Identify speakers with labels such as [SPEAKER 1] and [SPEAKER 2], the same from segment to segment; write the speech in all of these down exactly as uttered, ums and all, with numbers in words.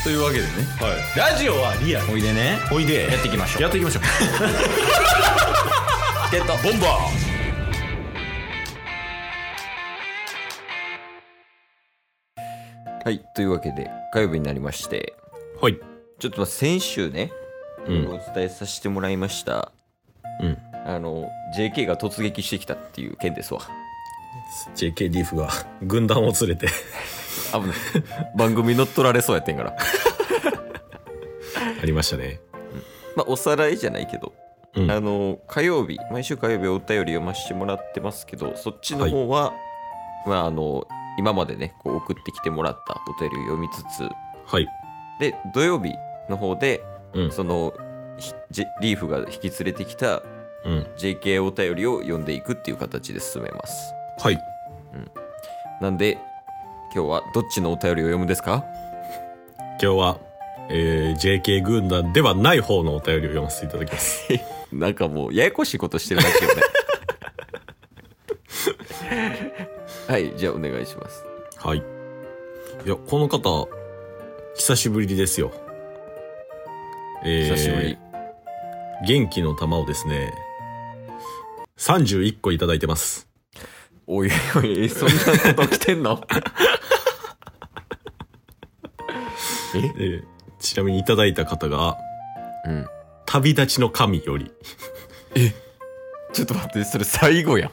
[SPEAKER 1] というわけでね、
[SPEAKER 2] はい、ラジオはリアル。
[SPEAKER 1] おいでね、
[SPEAKER 2] おいで
[SPEAKER 1] やっていきましょう。
[SPEAKER 2] やっていきましょう
[SPEAKER 1] ゲット
[SPEAKER 2] ボンバ
[SPEAKER 1] ー。はい、というわけで火曜日になりまして、
[SPEAKER 2] はい、
[SPEAKER 1] ちょっと先週ね、うん、お伝えさせてもらいました、
[SPEAKER 2] うん、
[SPEAKER 1] あの ジェーケー が突撃してきたっていう件ですわ。
[SPEAKER 2] ジェーケー リーフが軍団を連れて
[SPEAKER 1] 危ない番組乗っ取られそうやってんから
[SPEAKER 2] ありましたね、
[SPEAKER 1] うん、まあおさらいじゃないけど、うん、あの火曜日毎週火曜日お便り読ませてもらってますけど、そっちの方は、はい、まああの今までねこう送ってきてもらったお便りを読みつつ、
[SPEAKER 2] はい、
[SPEAKER 1] で土曜日の方で、
[SPEAKER 2] うん、そ
[SPEAKER 1] のリーフが引き連れてきた ジェーケー お便りを読んでいくっていう形で進めます。
[SPEAKER 2] はい、
[SPEAKER 1] うん、なんで今日はどっちのお便りを読むんですか？
[SPEAKER 2] 今日は、えー、ジェーケー 軍団ではない方のお便りを読ませていただきます
[SPEAKER 1] なんかもうややこしいことしてるだけよねはい、じゃあお願いします。
[SPEAKER 2] はい、いやこの方久しぶりですよ、
[SPEAKER 1] えー、久しぶり。
[SPEAKER 2] 元気の玉をですねさんじゅういっこいただいてます。
[SPEAKER 1] おいおい、そんなこと来てんの
[SPEAKER 2] え、えー、ちなみにいただいた方が、
[SPEAKER 1] うん、
[SPEAKER 2] 旅立ちの神より
[SPEAKER 1] え、ちょっと待って、それ最後やん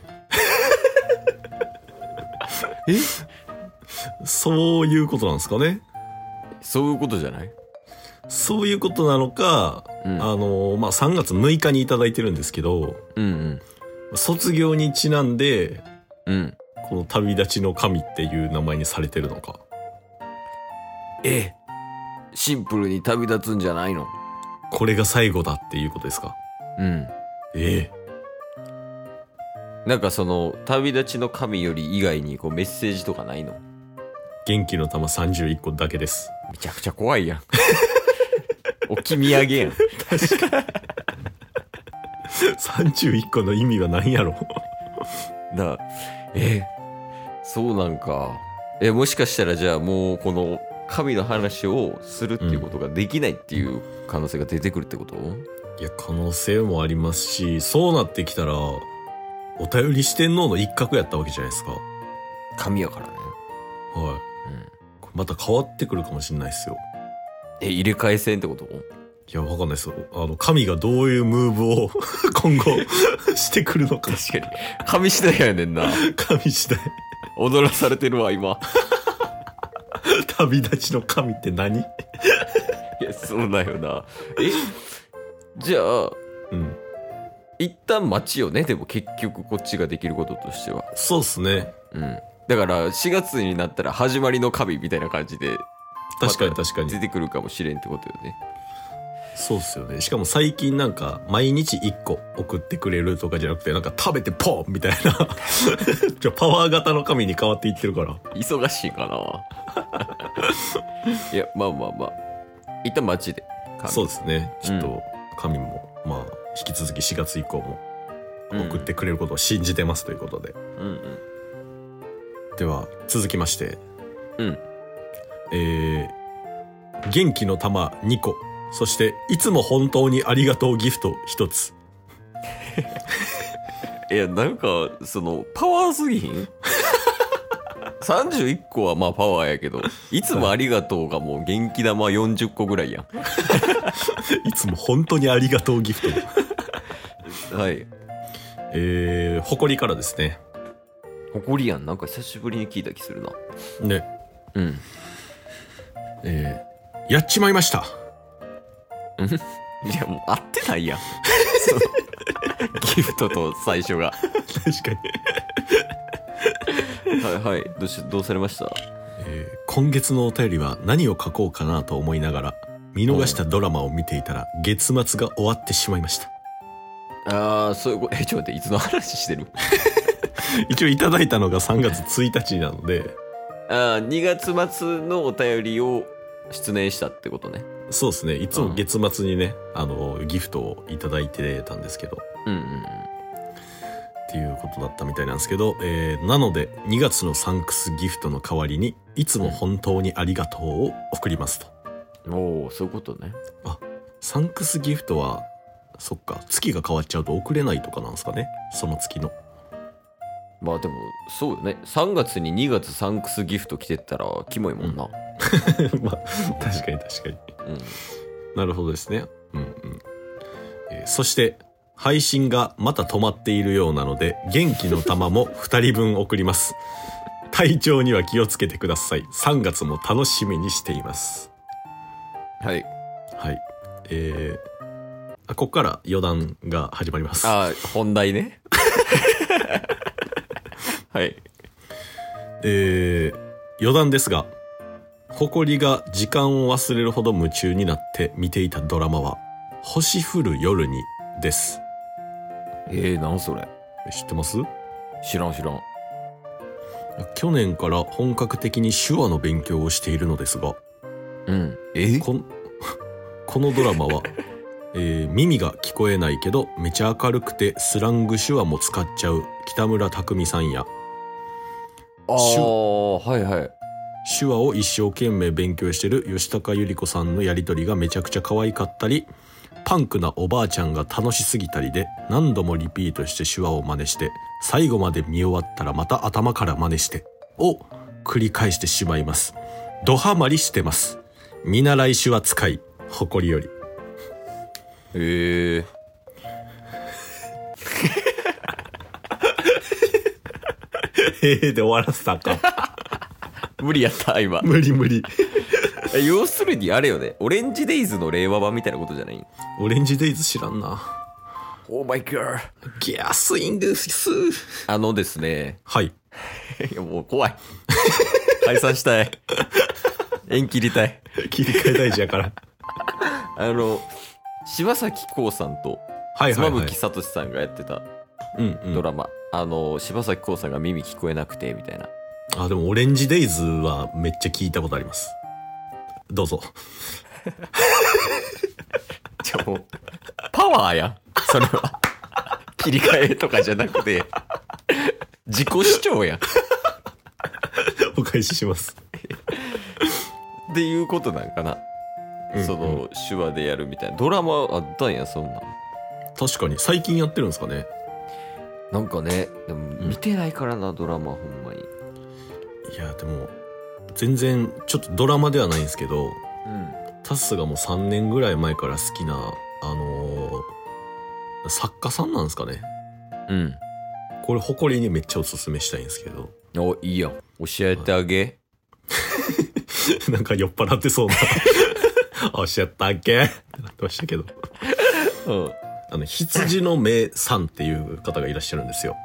[SPEAKER 2] え、そういうことなんですかね。
[SPEAKER 1] そういうことじゃない？
[SPEAKER 2] そういうことなのか、うん、あのまあさんがつむいかにいただいてるんですけど、
[SPEAKER 1] うんうん、
[SPEAKER 2] 卒業にちなんで、
[SPEAKER 1] うん、
[SPEAKER 2] この旅立ちの神っていう名前にされてるのか。
[SPEAKER 1] え、シンプルに旅立つんじゃないの？
[SPEAKER 2] これが最後だっていうことですか？
[SPEAKER 1] うん。
[SPEAKER 2] ええ、
[SPEAKER 1] なんかその旅立ちの神より以外にこうメッセージとかないの？
[SPEAKER 2] 元気の玉さんじゅういっこだけです。
[SPEAKER 1] めちゃくちゃ怖いやん置き土産やん
[SPEAKER 2] 確かにさんじゅういっこの意味は何やろ
[SPEAKER 1] だ、えそうなんか。え、もしかしたらじゃあもうこの神の話をするっていうことができないっていう可能性が出てくるってこと？うん、
[SPEAKER 2] いや可能性もありますし、そうなってきたらお便り四天王の一角やったわけじゃないですか。
[SPEAKER 1] 神やからね。
[SPEAKER 2] はい、うん、また変わってくるかもしれないですよ。
[SPEAKER 1] え、入れ替え戦ってこと？
[SPEAKER 2] いやわかんないですよ。あの神がどういうムーブを今後してくるのか。
[SPEAKER 1] 確かに神次第やねんな。
[SPEAKER 2] 神次第。
[SPEAKER 1] 踊らされてるわ今
[SPEAKER 2] 旅立ちの神って何？い
[SPEAKER 1] やそうだよな。え、じゃあ、
[SPEAKER 2] うん、
[SPEAKER 1] 一旦待ちよね。でも結局こっちができることとしては
[SPEAKER 2] そうっすね。
[SPEAKER 1] うん、だからしがつになったら始まりの神みたいな感じで
[SPEAKER 2] 確かに確かに
[SPEAKER 1] 出てくるかもしれんってことよね。
[SPEAKER 2] そうっすよね。しかも最近なんか毎日いっこ送ってくれるとかじゃなくて、なんか食べてポンみたいなじゃパワー型の神に変わっていってるから
[SPEAKER 1] 忙しいかないやまあまあまあ一旦待ちで。
[SPEAKER 2] そうですね。ちょっと神も、うん、まあ引き続きしがつ以降も送ってくれることを信じてますということで、
[SPEAKER 1] うんうん、
[SPEAKER 2] では続きまして、
[SPEAKER 1] うん、
[SPEAKER 2] えー、元気の玉にこ、そしていつも本当にありがとうギフトひとつ
[SPEAKER 1] いやなんかそのパワーすぎひんさんじゅういっこはまあパワーやけど、いつもありがとうがもう元気玉よんじゅっこぐらいやん
[SPEAKER 2] いつも本当にありがとうギフ
[SPEAKER 1] トはい、
[SPEAKER 2] えー、誇りからですね。
[SPEAKER 1] 誇りやん。なんか久しぶりに聞いた気するな。
[SPEAKER 2] ね。
[SPEAKER 1] うん。
[SPEAKER 2] えー、やっちまいました。
[SPEAKER 1] うん。いやもう合ってないやんギフトと最初が
[SPEAKER 2] 確か
[SPEAKER 1] にはいはい、どうしどうされました？
[SPEAKER 2] えー、今月のお便りは何を書こうかなと思いながら見逃したドラマを見ていたら月末が終わってしまいました。
[SPEAKER 1] ああ、そういうこと。え、ちょっと待って、いつの話してる
[SPEAKER 2] 一応いただいたのがさんがつついたちなので
[SPEAKER 1] ああ、にがつ末のお便りを失念したってことね。
[SPEAKER 2] そうですね。いつも月末にね、うん、あのギフトをいただいてたんですけど、
[SPEAKER 1] うんうんうん、
[SPEAKER 2] っていうことだったみたいなんですけど、えー、なのでにがつのサンクスギフトの代わりにいつも本当にありがとうを送りますと。
[SPEAKER 1] おお、そういうことね。
[SPEAKER 2] あ、サンクスギフトはそっか、月が変わっちゃうと送れないとかなんですかね、その月の。
[SPEAKER 1] まあでもそうよね、さんがつににがつサンクスギフト来てったらキモいもんな、
[SPEAKER 2] うん、まあ確かに確かに、
[SPEAKER 1] うん、
[SPEAKER 2] なるほどですね。うんうん、えー、そして配信がまた止まっているようなので元気の玉もふたりぶん送ります。体調には気をつけてください。さんがつも楽しみにしています。
[SPEAKER 1] はい
[SPEAKER 2] はい、えー、あ、ここから余談が始まります。
[SPEAKER 1] あ、本題ね。はい、
[SPEAKER 2] えー、余談ですが、誇りが時間を忘れるほど夢中になって見ていたドラマは星降る夜にです。
[SPEAKER 1] えー、なんそれ、
[SPEAKER 2] 知ってます？
[SPEAKER 1] 知らん知らん。
[SPEAKER 2] 去年から本格的に手話の勉強をしているのですが、
[SPEAKER 1] うん、え
[SPEAKER 2] このこのドラマは、えー、耳が聞こえないけどめちゃ明るくてスラング手話も使っちゃう北村匠海さんや、
[SPEAKER 1] ああ、はいはい、
[SPEAKER 2] 手話を一生懸命勉強してる吉高由里子さんのやりとりがめちゃくちゃ可愛かったり、パンクなおばあちゃんが楽しすぎたりで何度もリピートして手話を真似して最後まで見終わったらまた頭から真似してを繰り返してしまいます。ドハマりしてます。見習い手話使い誇りより。
[SPEAKER 1] へえ。
[SPEAKER 2] へえで終わらせたか。
[SPEAKER 1] 無理やった今。
[SPEAKER 2] 無理無理。
[SPEAKER 1] 要するにあれよね、オレンジデイズの令和版みたいなことじゃない？
[SPEAKER 2] オレンジデイズ知らんな。
[SPEAKER 1] オーマイガー。
[SPEAKER 2] ギャスインです。
[SPEAKER 1] あのですね。
[SPEAKER 2] はい。
[SPEAKER 1] いやもう怖い。解散したい。縁切りたい。
[SPEAKER 2] 切り替え大事やから。
[SPEAKER 1] あの柴咲コウさんと妻夫木聡さんがやってたドラマ、あの柴咲コウさんが耳聞こえなくてみたいな。
[SPEAKER 2] あ、でもオレンジデイズはめっちゃ聞いたことあります。どうぞ。
[SPEAKER 1] じゃあもうパワーやんそれは。切り替えとかじゃなくて自己主張やん。
[SPEAKER 2] お返しします。
[SPEAKER 1] っていうことなんかな、うんうん、その手話でやるみたいなドラマあったんや、そんなん。
[SPEAKER 2] 確かに最近やってるんですかね。
[SPEAKER 1] なんかね、でも見てないからな、うん、ドラマほんまに。い
[SPEAKER 2] やでも全然ちょっとドラマではないんですけど、うん、タスがもうさんねんぐらい前から好きなあのー、作家さんなんですかね。うん。これ誇りにめっちゃおすすめしたいんですけど。
[SPEAKER 1] お、いいやん、教えてあげ。
[SPEAKER 2] なんか酔っ払ってそうな。教えてあげってなってましたけど。うん。あの羊の目さんっていう方がいらっしゃるんですよ。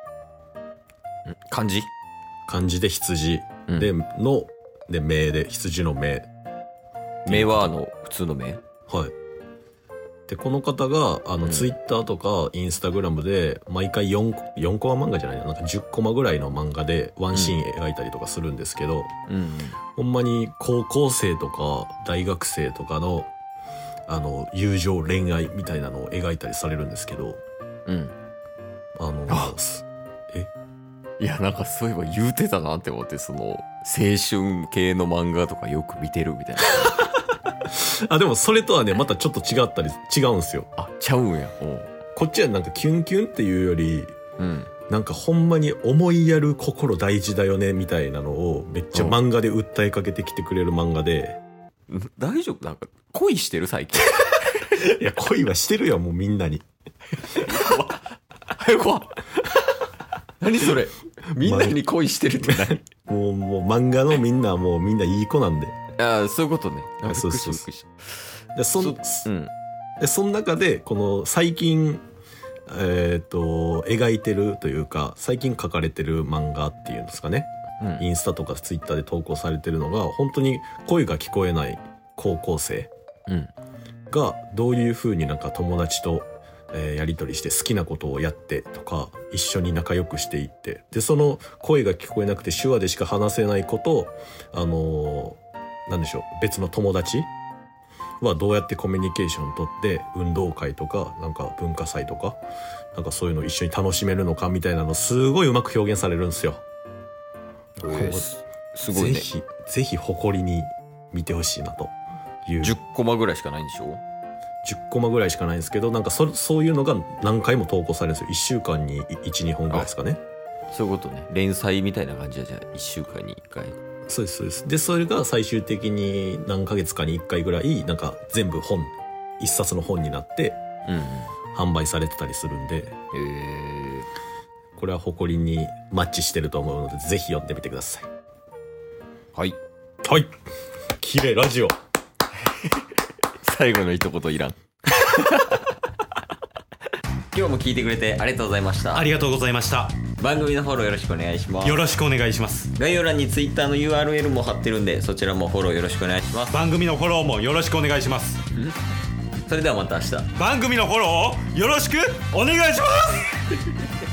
[SPEAKER 1] 漢字？
[SPEAKER 2] 漢字で羊で、うん、ので目で羊の目。
[SPEAKER 1] 目はあの普通の目？
[SPEAKER 2] はい。でこの方があの、うん、ツイッターとかインスタグラムで毎回 4, 4コマ漫画じゃないな、なんかじゅっコマぐらいの漫画でワンシーン描いたりとかするんですけど、うんうん、ほんまに高校生とか大学生とかのあの友情恋愛みたいなのを描いたりされるんですけど、うん、あのあ
[SPEAKER 1] えいやなんかそういえば言うてたなって思って、その青春系の漫画とかよく見てるみたいな。
[SPEAKER 2] あ、でもそれとはねまたちょっと違ったり違うんですよ。
[SPEAKER 1] あ、ちゃうんや。
[SPEAKER 2] こっちはなんかキュンキュンっていうより、うん、なんかほんまに思いやる心大事だよねみたいなのをめっちゃ漫画で訴えかけてきてくれる漫画で、
[SPEAKER 1] うん、大丈夫？なんか恋してる最近。
[SPEAKER 2] いや恋はしてるよもうみんなに。
[SPEAKER 1] 怖っ早く怖っ。何それ、みんなに恋してるって何？
[SPEAKER 2] もうもう漫画のみんなはもうみんないい子なんで。
[SPEAKER 1] ああ、そういうことね。
[SPEAKER 2] あ、そうそうそう。でそん、うん、でその中でこの最近えっと描いてるというか最近描かれてる漫画っていうんですかね、うん、インスタとかツイッターで投稿されてるのが本当に声が聞こえない高校生がどういう風になんか友達と、えー、やり取りして好きなことをやってとか一緒に仲良くしていって、でその声が聞こえなくて手話でしか話せないことをあのーなんでしょう、別の友達はどうやってコミュニケーション取って運動会とかなんか文化祭とかなんかそういうのを一緒に楽しめるのかみたいなのすごいうまく表現されるんですよ。
[SPEAKER 1] えー、すごいね。
[SPEAKER 2] ぜひぜひ誇りに見てほしいなと。 いう
[SPEAKER 1] じゅっコマぐらいしかないんでしょ。
[SPEAKER 2] じゅっコマぐらいしかないんですけど、なんか そ, そういうのが何回も投稿されるんですよ。いっしゅうかんにいち、にほんぐらいですかね。
[SPEAKER 1] そういうことね。連載みたいな感じで、じゃあいっしゅうかんにいっかい。
[SPEAKER 2] そうですそうです。でそれが最終的に何ヶ月かにいっかいぐらいなんか全部本一冊の本になって、うんうん、販売されてたりするんで、へー、これは誇りにマッチしてると思うのでぜひ読んでみてください。
[SPEAKER 1] はい
[SPEAKER 2] はい綺麗ラジオ
[SPEAKER 1] 最後の一言いらん今日も聞いてくれてありがとうございました。
[SPEAKER 3] ありがとうございました。
[SPEAKER 1] 番組のフォローよろしくお願いします。
[SPEAKER 3] よろしくお願いします。
[SPEAKER 1] 概要欄に Twitter の ユーアールエル も貼ってるんで、そちらもフォローよろしくお願いします。
[SPEAKER 3] 番組のフォローもよろしくお願いします。
[SPEAKER 1] それではまた明日。
[SPEAKER 3] 番組のフォローをよろしくお願いします